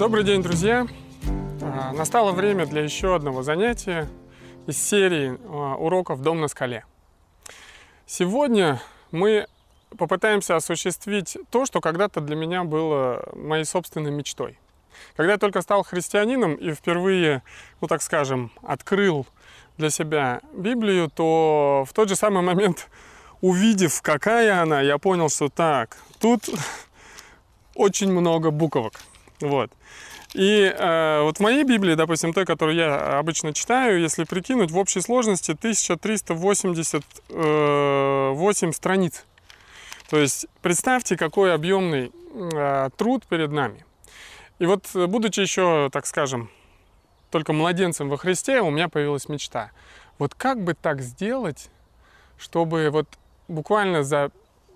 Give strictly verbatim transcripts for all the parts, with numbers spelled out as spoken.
Добрый день, друзья! Настало время для еще одного занятия из серии уроков «Дом на скале». Сегодня мы попытаемся осуществить то, что когда-то для меня было моей собственной мечтой. Когда я только стал христианином и впервые, ну так скажем, открыл для себя Библию, то в тот же самый момент, увидев, какая она, я понял, что так, тут очень много буквок. Вот. И э, вот в моей Библии, допустим, той, которую я обычно читаю, если прикинуть, в общей сложности тысяча триста восемьдесят восемь страниц. То есть представьте, какой объемный э, труд перед нами. И вот, будучи еще, так скажем, только младенцем во Христе, у меня появилась мечта. Вот как бы так сделать, чтобы вот буквально за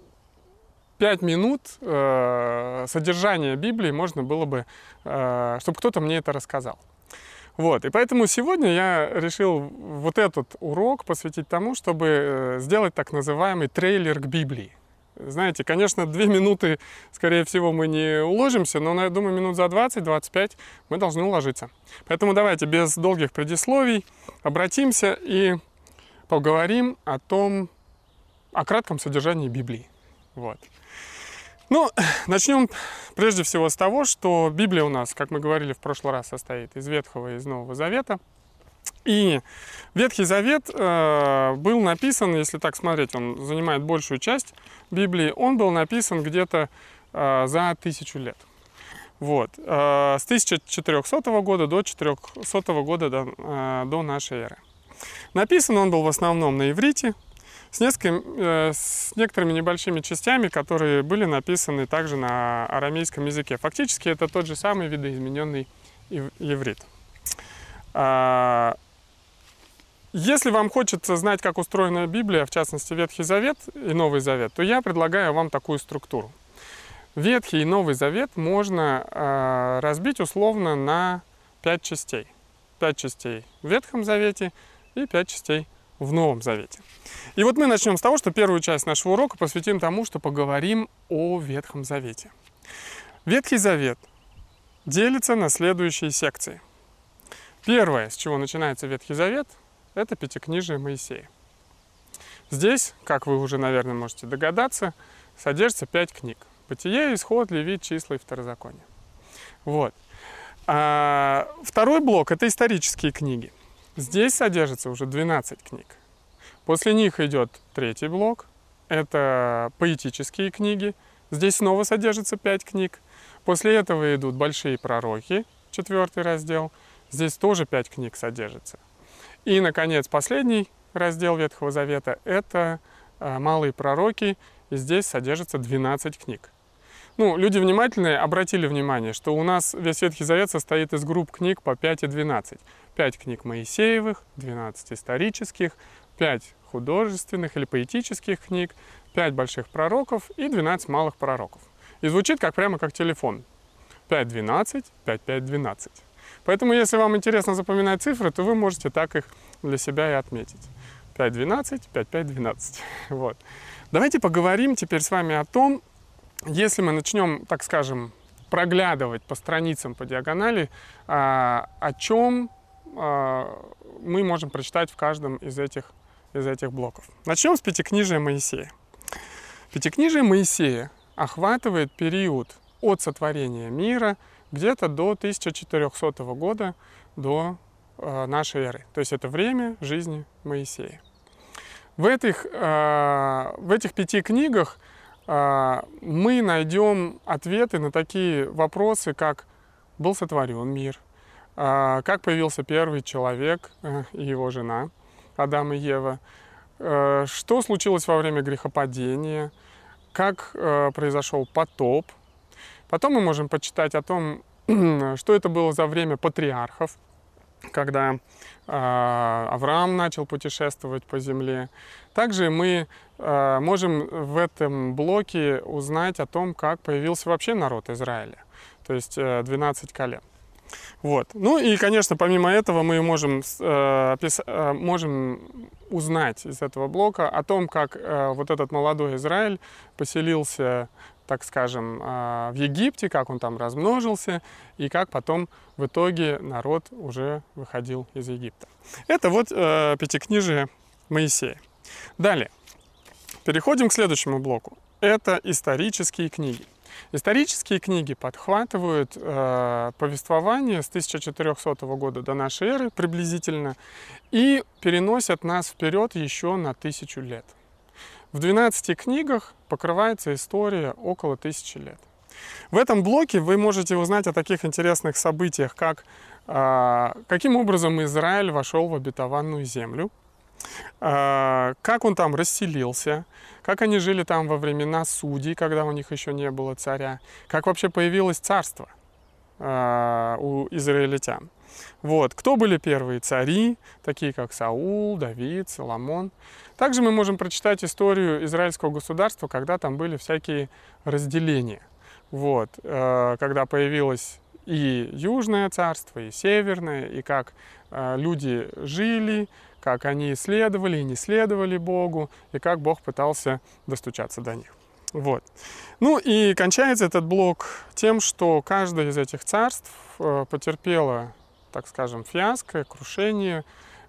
пять минут э, содержание Библии можно было бы, э, чтобы кто-то мне это рассказал. Вот. И поэтому сегодня я решил вот этот урок посвятить тому, чтобы сделать так называемый трейлер к Библии. Знаете, конечно, две минуты, скорее всего, мы не уложимся, но, я думаю, минут за двадцать-двадцать пять мы должны уложиться. Поэтому давайте без долгих предисловий обратимся и поговорим о том, о кратком содержании Библии. Вот. Ну, начнем прежде всего с того, что Библия у нас, как мы говорили в прошлый раз, состоит из Ветхого и из Нового Завета. И Ветхий Завет э, был написан, если так смотреть, он занимает большую часть Библии, он был написан где-то э, за тысячу лет. Вот. Э, с тысяча четырехсотого года до четырехсотого года до, э, до нашей эры. Написан он был в основном на иврите, с, несколькими, с некоторыми небольшими частями, которые были написаны также на арамейском языке. Фактически это тот же самый видоизмененный иврит. Если вам хочется знать, как устроена Библия, в частности Ветхий Завет и Новый Завет, то я предлагаю вам такую структуру. Ветхий и Новый Завет можно разбить условно на пять частей. Пять частей в Ветхом Завете и пять частей в Новом Завете. И вот мы начнем с того, что первую часть нашего урока посвятим тому, что поговорим о Ветхом Завете. Ветхий Завет делится на следующие секции. Первое, с чего начинается Ветхий Завет, это Пятикнижие Моисея. Здесь, как вы уже, наверное, можете догадаться, содержится пять книг. Бытие, Исход, Левит, Числа и Второзаконие. Вот. А второй блок – это исторические книги. Здесь содержится уже двенадцать книг. После них идет третий блок. Это поэтические книги. Здесь снова содержится пять книг. После этого идут большие пророки, четвертый раздел. Здесь тоже пять книг содержится. И, наконец, последний раздел Ветхого Завета – это малые пророки. И здесь содержится двенадцать книг. Ну, люди внимательные обратили внимание, что у нас весь Ветхий Завет состоит из групп книг по пять и двенадцать. пять книг Моисеевых, двенадцать исторических, пять художественных или поэтических книг, пять больших пророков и двенадцать малых пророков. И звучит как прямо как телефон. пять двенадцать, пять пять двенадцать. Поэтому, если вам интересно запоминать цифры, то вы можете так их для себя и отметить. пять двенадцать, пять пять двенадцать. Вот. Давайте поговорим теперь с вами о том, если мы начнем, так скажем, проглядывать по страницам, по диагонали, о чем мы можем прочитать в каждом из этих, из этих блоков. Начнем с Пятикнижия Моисея. Пятикнижие Моисея охватывает период от сотворения мира где-то до тысяча четырехсотого года до нашей эры. То есть это время жизни Моисея. В этих, в этих пяти книгах мы найдем ответы на такие вопросы, как был сотворен мир, как появился первый человек и его жена, Адам и Ева, что случилось во время грехопадения, как произошел потоп. Потом мы можем почитать о том, что это было за время патриархов, когда Авраам начал путешествовать по земле. Также мы можем в этом блоке узнать о том, как появился вообще народ Израиля, то есть двенадцать колен. Вот. Ну и, конечно, помимо этого мы можем, э, опис... э, можем узнать из этого блока о том, как э, вот этот молодой Израиль поселился так скажем, в Египте, как он там размножился и как потом в итоге народ уже выходил из Египта. Это вот пятикнижие Моисея. Далее, переходим к следующему блоку. Это исторические книги. Исторические книги подхватывают э, повествование с тысяча четырёхсотого года до нашей эры приблизительно и переносят нас вперед еще на тысячу лет. В двенадцати книгах покрывается история около тысячи лет. В этом блоке вы можете узнать о таких интересных событиях, как э, каким образом Израиль вошел в обетованную землю, как он там расселился, как они жили там во времена судей, когда у них еще не было царя, как вообще появилось царство у израильтян. Вот. Кто были первые цари, такие как Саул, Давид, Соломон. Также мы можем прочитать историю израильского государства, когда там были всякие разделения. Вот. Когда появилось и Южное царство, и Северное, и как люди жили, как они следовали и не следовали Богу, и как Бог пытался достучаться до них. Вот. Ну и кончается этот блок тем, что каждое из этих царств потерпело, так скажем, фиаско, крушение,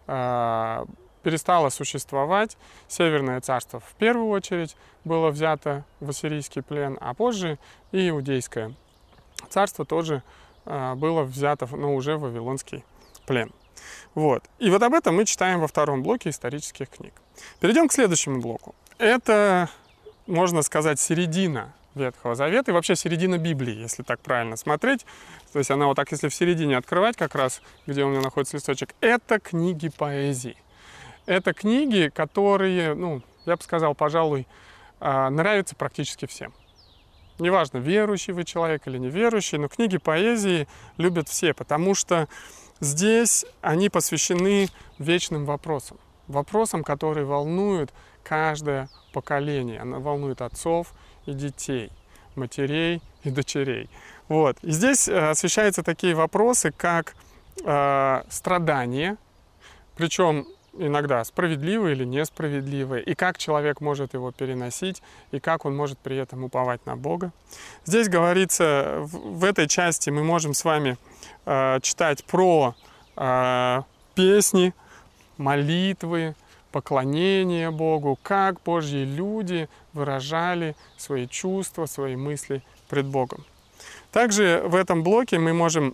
перестало существовать. Северное царство в первую очередь было взято в ассирийский плен, а позже и Иудейское царство тоже было взято, но уже в вавилонский плен. Вот. И вот об этом мы читаем во втором блоке исторических книг. Перейдем к следующему блоку. Это, можно сказать, середина Ветхого Завета и вообще середина Библии, если так правильно смотреть. То есть она вот так, если в середине открывать как раз, где у меня находится листочек, это книги поэзии. Это книги, которые, ну, я бы сказал, пожалуй, нравятся практически всем. Неважно, верующий вы человек или неверующий, но книги поэзии любят все, потому что здесь они посвящены вечным вопросам. Вопросам, которые волнуют каждое поколение. Она волнует отцов и детей, матерей и дочерей. Вот. И здесь освещаются такие вопросы, как э, страдания, причем иногда справедливые или несправедливые, и как человек может его переносить, и как он может при этом уповать на Бога. Здесь говорится, в, в этой части мы можем с вами э, читать про э, песни, молитвы, поклонение Богу, как Божьи люди выражали свои чувства, свои мысли пред Богом. Также в этом блоке мы можем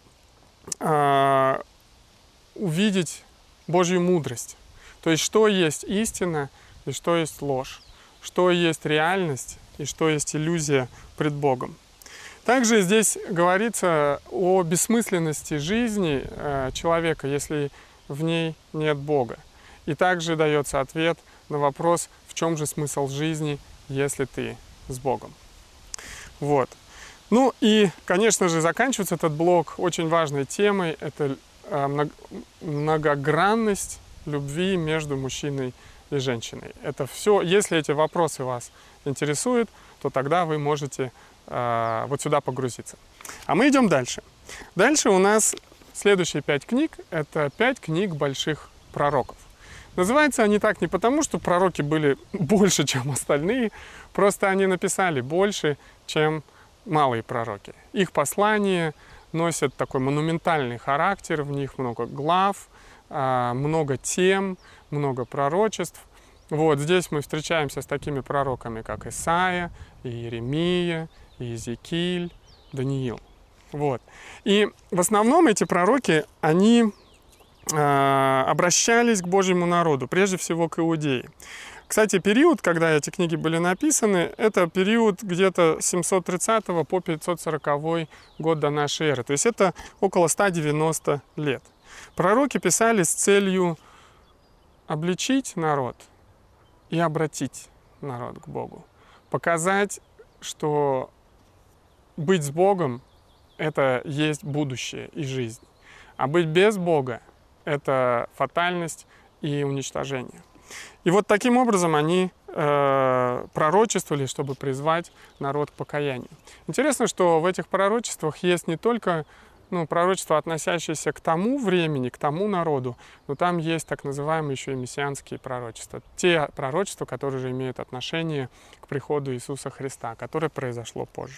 э, увидеть Божью мудрость. То есть, что есть истина и что есть ложь, что есть реальность и что есть иллюзия пред Богом. Также здесь говорится о бессмысленности жизни э, человека, если в ней нет Бога. И также дается ответ на вопрос, в чем же смысл жизни, если ты с Богом. Вот. Ну и, конечно же, заканчивается этот блок очень важной темой. Это многогранность любви между мужчиной и женщиной. Это все, если эти вопросы вас интересуют, то тогда вы можете э, вот сюда погрузиться. А мы идем дальше. Дальше у нас следующие пять книг. Это пять книг больших пророков. Называются они так не потому, что пророки были больше, чем остальные, просто они написали больше, чем малые пророки. Их послания носят такой монументальный характер, в них много глав, много тем, много пророчеств. Вот здесь мы встречаемся с такими пророками, как Исаия, Иеремия, Иезекииль, Даниил. Вот. И в основном эти пророки, они э, обращались к Божьему народу, прежде всего к Иудее. Кстати, период, когда эти книги были написаны, это период где-то с семьсот тридцатого по пятьсот сороковой год до нашей эры. То есть это около ста девяноста лет. Пророки писали с целью обличить народ и обратить народ к Богу. Показать, что быть с Богом – это есть будущее и жизнь. А быть без Бога – это фатальность и уничтожение. И вот таким образом они э, пророчествовали, чтобы призвать народ к покаянию. Интересно, что в этих пророчествах есть не только ну, пророчества, относящиеся к тому времени, к тому народу, но там есть так называемые еще и мессианские пророчества. Те пророчества, которые же имеют отношение к приходу Иисуса Христа, которое произошло позже.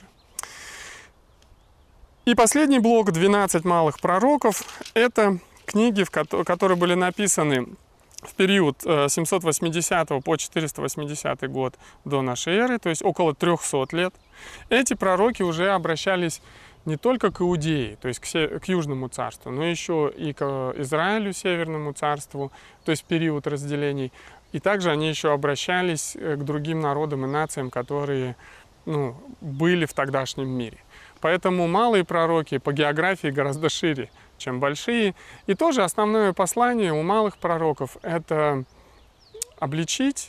И последний блок, двенадцать малых пророков, это книги, которые были написаны в период с семьсот восьмидесятого по четыреста восьмидесятый год до нашей эры, то есть около трёхсот лет. Эти пророки уже обращались не только к Иудее, то есть к, к Южному царству, но еще и к Израилю, Северному царству, то есть в период разделений. И также они еще обращались к другим народам и нациям, которые, ну, были в тогдашнем мире. Поэтому малые пророки по географии гораздо шире, чем большие. И тоже основное послание у малых пророков – это обличить,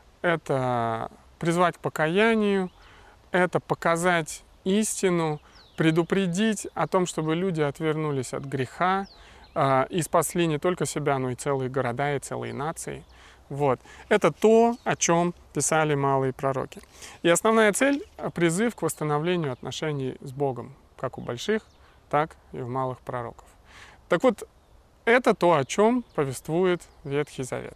это призвать к покаянию, это показать истину, предупредить о том, чтобы люди отвернулись от греха э, и спасли не только себя, но и целые города и целые нации. Вот. Это то, о чем писали малые пророки. И основная цель – призыв к восстановлению отношений с Богом, как у больших, так и у малых пророков. Так вот, это то, о чем повествует Ветхий Завет.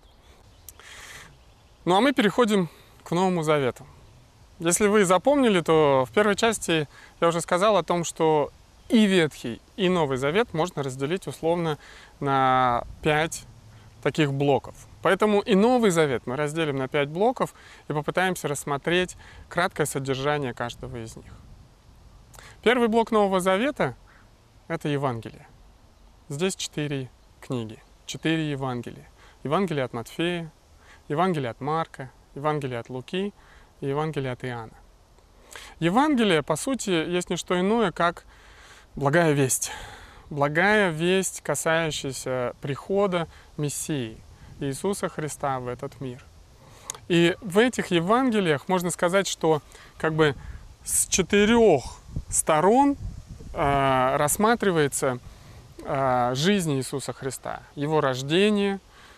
Ну а мы переходим к Новому Завету. Если вы запомнили, то в первой части я уже сказал о том, что и Ветхий, и Новый Завет можно разделить условно на пять таких блоков. Поэтому и Новый Завет мы разделим на пять блоков и попытаемся рассмотреть краткое содержание каждого из них. Первый блок Нового Завета – это Евангелие. Здесь четыре книги, четыре Евангелия. Евангелие от Матфея, Евангелие от Марка, Евангелие от Луки и Евангелие от Иоанна. Евангелие, по сути, есть не что иное, как благая весть. Благая весть, касающаяся прихода Мессии, Иисуса Христа в этот мир. И в этих Евангелиях можно сказать, что как бы с четырех сторон э, рассматривается э, жизнь Иисуса Христа. Его рождение,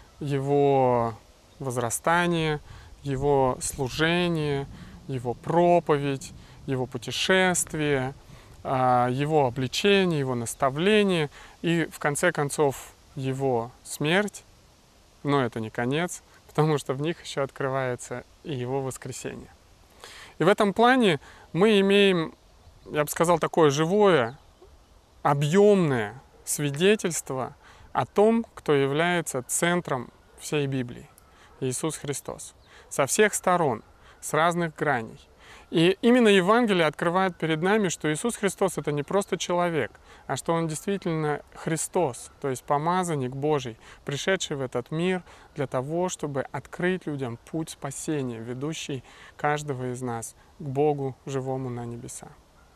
Его возрастание, Его служение, Его проповедь, Его путешествие, э, Его обличение, Его наставление и, в конце концов, Его смерть. Но это не конец, потому что в них еще открывается и Его воскресение. И в этом плане мы имеем, я бы сказал, такое живое, объемное свидетельство о том, кто является центром всей Библии – Иисус Христос. Со всех сторон, с разных граней. И именно Евангелие открывает перед нами, что Иисус Христос – это не просто человек, а что Он действительно Христос, то есть помазанник Божий, пришедший в этот мир для того, чтобы открыть людям путь спасения, ведущий каждого из нас к Богу, живому на небеса.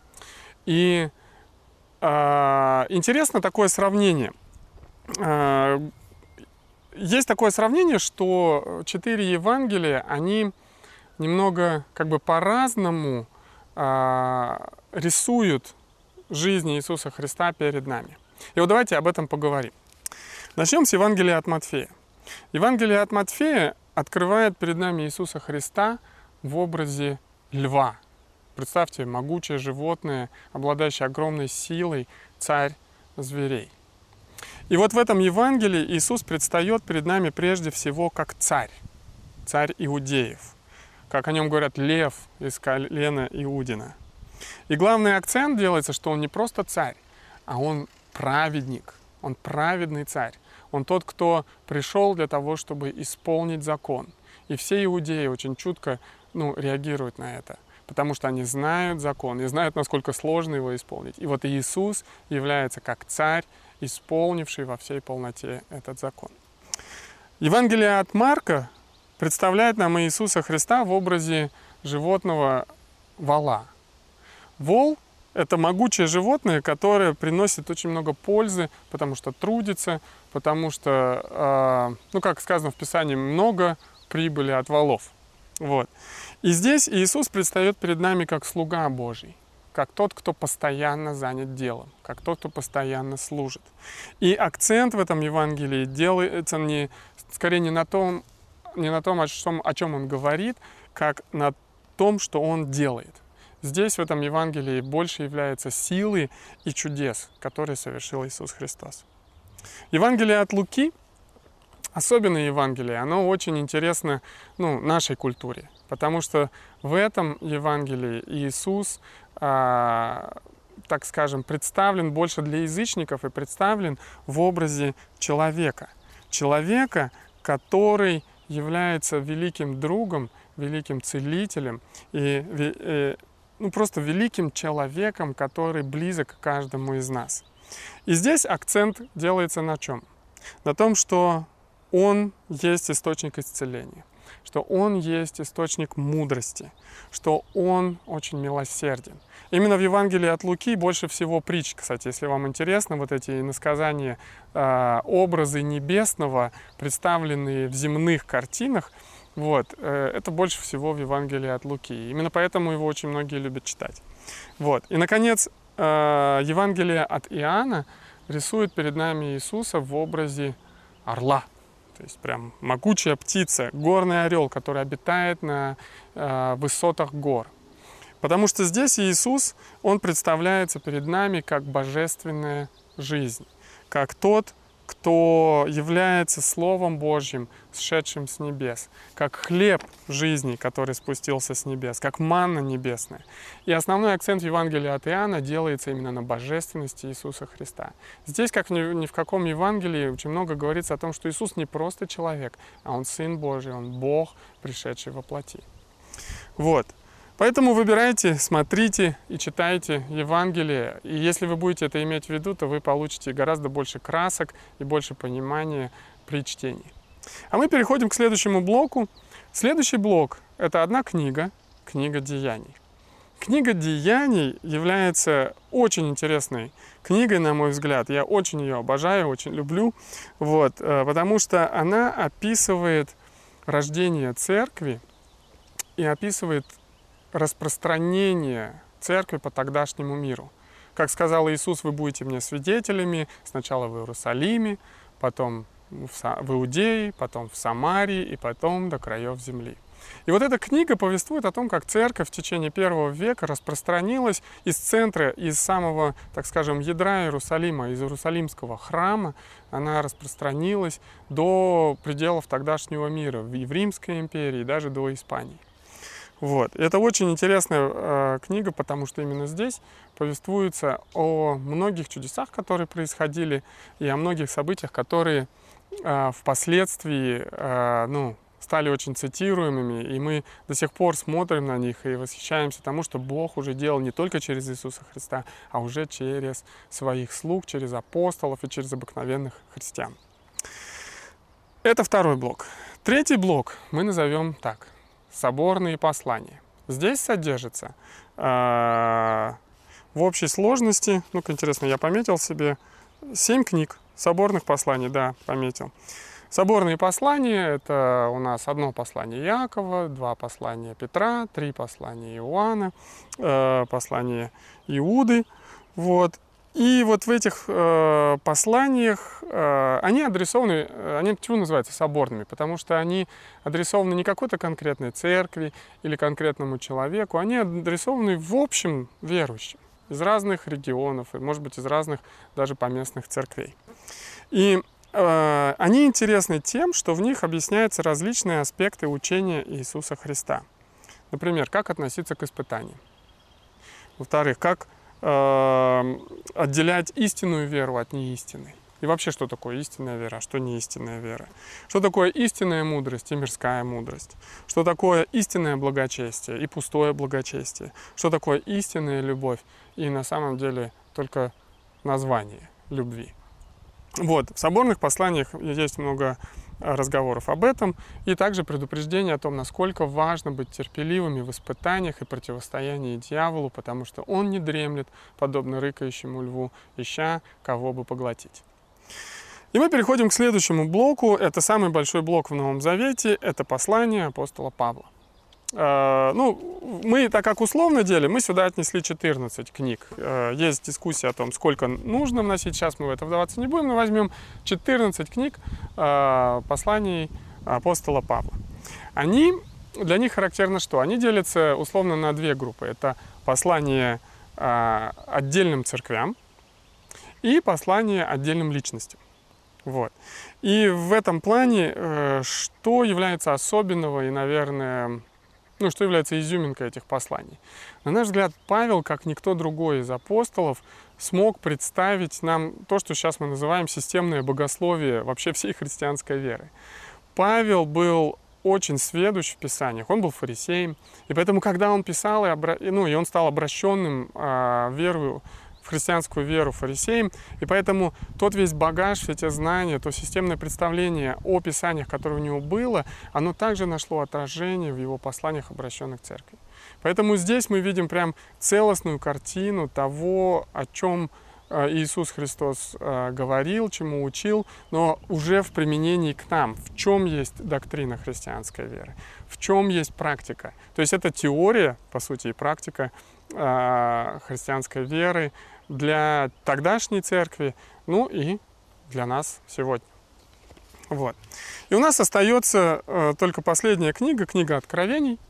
И э, интересно такое сравнение. Э, есть такое сравнение, что четыре Евангелия, они немного как бы по-разному э, рисуют жизнь Иисуса Христа перед нами. И вот давайте об этом поговорим. Начнем с Евангелия от Матфея. Евангелие от Матфея открывает перед нами Иисуса Христа в образе льва. Представьте, могучее животное, обладающее огромной силой, царь зверей. И вот в этом Евангелии Иисус предстает перед нами прежде всего как царь, царь иудеев. Как о нем говорят, лев из колена Иудина. И главный акцент делается, что он не просто царь, а он праведник, он праведный царь. Он тот, кто пришел для того, чтобы исполнить закон. И все иудеи очень чутко ну, реагируют на это, потому что они знают закон и знают, насколько сложно его исполнить. И вот Иисус является как царь, исполнивший во всей полноте этот закон. Евангелие от Марка представляет нам Иисуса Христа в образе животного вола. Вол – это могучее животное, которое приносит очень много пользы, потому что трудится, потому что, ну, как сказано в Писании, много прибыли от волов. Вот. И здесь Иисус предстает перед нами как слуга Божий, как тот, кто постоянно занят делом, как тот, кто постоянно служит. И акцент в этом Евангелии делается не, скорее не на том, не на том, о чем, о чем он говорит, как на том, что он делает. здесь, в этом Евангелии, больше является силы и чудес, которые совершил Иисус Христос. Евангелие от Луки, особенно Евангелие, оно очень интересно, ну, нашей культуре, потому что в этом Евангелии Иисус, а, так скажем, представлен больше для язычников и представлен в образе человека. Человека, который является великим другом, великим целителем и, и ну, просто великим человеком, который близок к каждому из нас. И здесь акцент делается на чем? На том, что Он есть источник исцеления, что Он есть источник мудрости, что Он очень милосерден. Именно в Евангелии от Луки больше всего притч, кстати, если вам интересно, вот эти иносказания, э, образы небесного, представленные в земных картинах, вот, э, это больше всего в Евангелии от Луки. Именно поэтому его очень многие любят читать. Вот. И, наконец, э, Евангелие от Иоанна рисует перед нами Иисуса в образе орла. То есть прям могучая птица, горный орел, который обитает на э, высотах гор. Потому что здесь Иисус, Он представляется перед нами как божественная жизнь, как тот, кто является Словом Божьим, сшедшим с небес, как хлеб жизни, который спустился с небес, как манна небесная. И основной акцент в Евангелии от Иоанна делается именно на божественности Иисуса Христа. Здесь, как ни в каком Евангелии, очень много говорится о том, что Иисус не просто человек, а Он Сын Божий, Он Бог, пришедший во плоти. Вот. Поэтому выбирайте, смотрите и читайте Евангелие. И если вы будете это иметь в виду, то вы получите гораздо больше красок и больше понимания при чтении. А мы переходим к следующему блоку. Следующий блок – это одна книга, книга Деяний. Книга Деяний является очень интересной книгой, на мой взгляд. Я очень ее обожаю, очень люблю, вот, потому что она описывает рождение церкви и описывает распространение церкви по тогдашнему миру. Как сказал Иисус, вы будете мне свидетелями сначала в Иерусалиме, потом в Иудее, потом в Самарии и потом до краев земли. И вот эта книга повествует о том, как церковь в течение первого века распространилась из центра, из самого, так скажем, ядра Иерусалима, из Иерусалимского храма, она распространилась до пределов тогдашнего мира, в Римской империи, даже до Испании. Вот. Это очень интересная э, книга, потому что именно здесь повествуется о многих чудесах, которые происходили, и о многих событиях, которые э, впоследствии э, ну, стали очень цитируемыми, и мы до сих пор смотрим на них и восхищаемся тому, что Бог уже делал не только через Иисуса Христа, а уже через своих слуг, через апостолов и через обыкновенных христиан. Это второй блок. Третий блок мы назовем так. Соборные послания. Здесь содержится э, в общей сложности, ну-ка интересно, я пометил себе, семь книг соборных посланий, да, пометил. Соборные послания – это у нас одно послание Иакова, два послания Петра, три послания Иоанна, э, послание Иуды, вот. И вот в этих э, посланиях э, они адресованы, они почему называются соборными? Потому что они адресованы не какой-то конкретной церкви или конкретному человеку, они адресованы в общем верующим из разных регионов, и, может быть, из разных даже поместных церквей. И э, они интересны тем, что в них объясняются различные аспекты учения Иисуса Христа. Например, как относиться к испытаниям. Во-вторых, как отделять истинную веру от неистинной. И вообще, что такое истинная вера, а что не истинная вера. Что такое истинная мудрость и мирская мудрость. Что такое истинное благочестие и пустое благочестие. Что такое истинная любовь и на самом деле только название любви. Вот, в соборных посланиях есть много разговоров об этом, и также предупреждение о том, насколько важно быть терпеливыми в испытаниях и противостоянии дьяволу, потому что он не дремлет, подобно рыкающему льву, ища кого бы поглотить. И мы переходим к следующему блоку. Это самый большой блок в Новом Завете, это послание апостола Павла. Ну, мы, так как условно делим, мы сюда отнесли четырнадцать книг. Есть дискуссия о том, сколько нужно вносить. Сейчас мы в это вдаваться не будем, но возьмем четырнадцать книг посланий апостола Павла. Они, для них характерно что? Они делятся условно на две группы. Это послание э, отдельным церквям и послание отдельным личностям. Вот. И в этом плане, э, что является особенного и, наверное, ну, что является изюминкой этих посланий? На наш взгляд, Павел, как никто другой из апостолов, смог представить нам то, что сейчас мы называем системное богословие вообще всей христианской веры. Павел был очень сведущ в Писаниях, он был фарисеем, и поэтому, когда он писал, и, обра... ну, и он стал обращенным э, в веру, в христианскую веру фарисеем, и поэтому тот весь багаж, все те знания, то системное представление о Писаниях, которое у него было, оно также нашло отражение в его посланиях, обращенных к церкви. Поэтому здесь мы видим прям целостную картину того, о чем Иисус Христос говорил, чему учил, но уже в применении к нам. В чем есть доктрина христианской веры, в чем есть практика. То есть это теория, по сути, и практика христианской веры для тогдашней церкви, ну и для нас сегодня. Вот. И у нас остается только последняя книга, книга Откровений.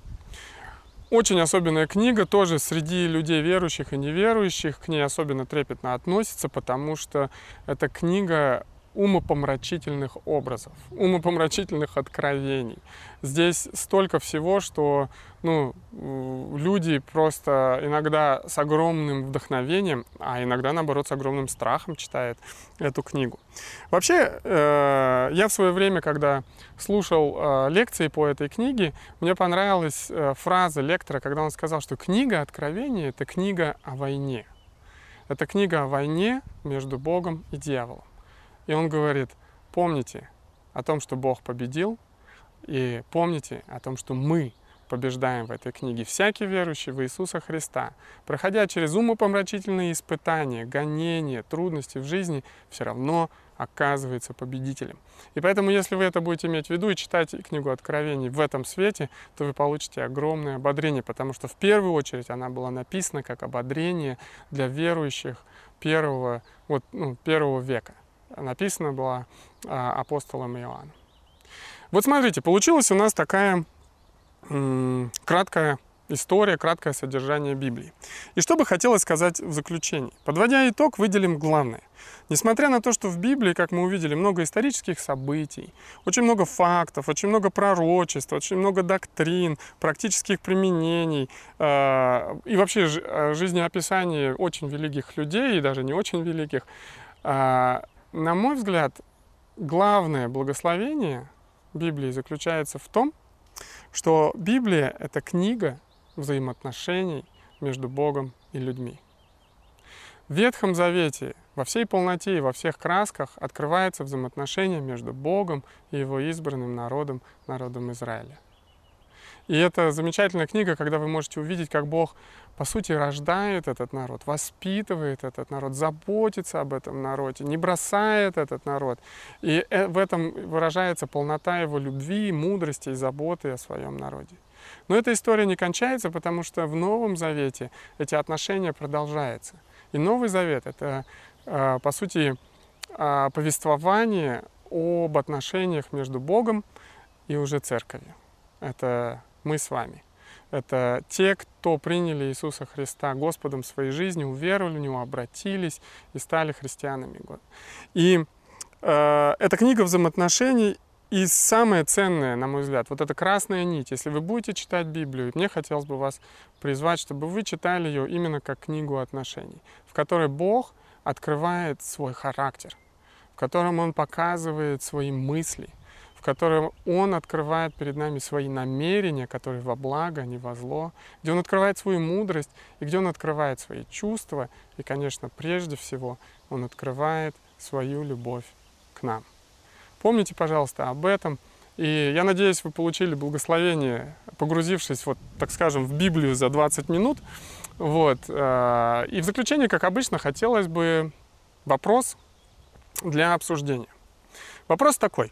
Очень особенная книга, тоже среди людей верующих и неверующих, к ней особенно трепетно относится, потому что это книга умопомрачительных образов, умопомрачительных откровений. Здесь столько всего, что ну, люди просто иногда с огромным вдохновением, а иногда, наоборот, с огромным страхом читают эту книгу. Вообще, э, я в свое время, когда слушал э, лекции по этой книге, мне понравилась э, фраза лектора, когда он сказал, что книга Откровения — это книга о войне. Это книга о войне между Богом и дьяволом. И он говорит, помните о том, что Бог победил, и помните о том, что мы побеждаем в этой книге. Всякий верующий в Иисуса Христа, проходя через умопомрачительные испытания, гонения, трудности в жизни, все равно оказывается победителем. И поэтому, если вы это будете иметь в виду и читать книгу Откровений в этом свете, то вы получите огромное ободрение, потому что в первую очередь она была написана как ободрение для верующих первого, вот, ну, первого века. Написана была а, апостолом Иоанном. Вот смотрите, получилась у нас такая м, краткая история, краткое содержание Библии. И что бы хотелось сказать в заключении? Подводя итог, выделим главное. Несмотря на то, что в Библии, как мы увидели, много исторических событий, очень много фактов, очень много пророчеств, очень много доктрин, практических применений э, и вообще ж, жизнеописаний очень великих людей, и даже не очень великих, э, на мой взгляд, главное благословение Библии заключается в том, что Библия — это книга взаимоотношений между Богом и людьми. В Ветхом Завете во всей полноте и во всех красках открывается взаимоотношение между Богом и Его избранным народом, народом Израиля. И это замечательная книга, когда вы можете увидеть, как Бог, по сути, рождает этот народ, воспитывает этот народ, заботится об этом народе, не бросает этот народ. И в этом выражается полнота Его любви, мудрости и заботы о своем народе. Но эта история не кончается, потому что в Новом Завете эти отношения продолжаются. И Новый Завет — это, по сути, повествование об отношениях между Богом и уже церковью. Это мы с вами. Это те, кто приняли Иисуса Христа Господом своей жизни, уверовали в Него, обратились и стали христианами. И э, эта книга взаимоотношений, и самое ценное, на мой взгляд, вот эта красная нить. Если вы будете читать Библию, мне хотелось бы вас призвать, чтобы вы читали ее именно как книгу отношений, в которой Бог открывает свой характер, в котором Он показывает свои мысли, в котором Он открывает перед нами свои намерения, которые во благо, а не во зло, где Он открывает свою мудрость, и где Он открывает свои чувства, и, конечно, прежде всего, Он открывает свою любовь к нам. Помните, пожалуйста, об этом, и я надеюсь, вы получили благословение, погрузившись, вот, так скажем, в Библию за двадцать минут. Вот. И в заключение, как обычно, хотелось бы вопрос для обсуждения. Вопрос такой.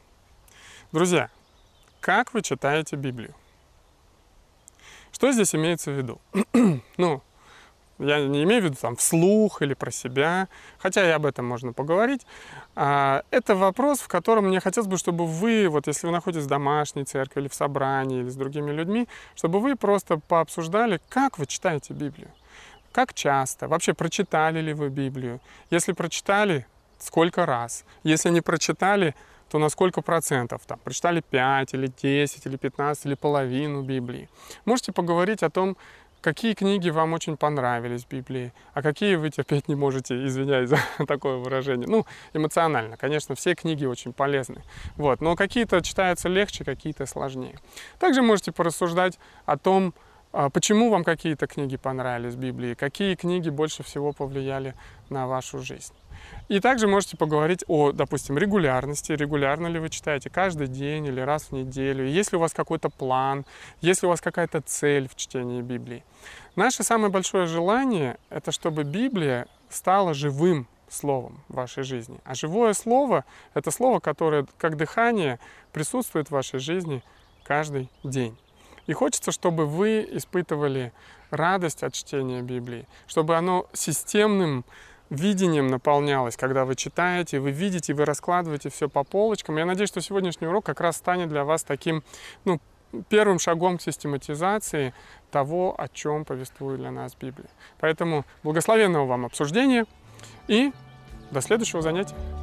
Друзья, как вы читаете Библию? Что здесь имеется в виду? Ну, Я не имею в виду там вслух или про себя, хотя и об этом можно поговорить. Это вопрос, в котором мне хотелось бы, чтобы вы, вот если вы находитесь в домашней церкви или в собрании, или с другими людьми, чтобы вы просто пообсуждали, как вы читаете Библию. Как часто? Вообще, прочитали ли вы Библию? Если прочитали, сколько раз? Если не прочитали, то на сколько процентов? Там, прочитали пять, или десять, или пятнадцать, или половину Библии. Можете поговорить о том, какие книги вам очень понравились в Библии, а какие вы терпеть не можете, извиняюсь за такое выражение. Ну, эмоционально, конечно, все книги очень полезны. Вот, но какие-то читаются легче, какие-то сложнее. Также можете порассуждать о том, почему вам какие-то книги понравились в Библии, какие книги больше всего повлияли на вашу жизнь. И также можете поговорить о, допустим, регулярности. Регулярно ли вы читаете каждый день или раз в неделю? Есть ли у вас какой-то план? Есть ли у вас какая-то цель в чтении Библии? Наше самое большое желание – это чтобы Библия стала живым словом в вашей жизни. А живое слово – это слово, которое, как дыхание, присутствует в вашей жизни каждый день. И хочется, чтобы вы испытывали радость от чтения Библии, чтобы оно системным видением наполнялось, когда вы читаете, вы видите, вы раскладываете все по полочкам. Я надеюсь, что сегодняшний урок как раз станет для вас таким, ну, первым шагом к систематизации того, о чем повествует для нас Библия. Поэтому благословенного вам обсуждения и до следующего занятия.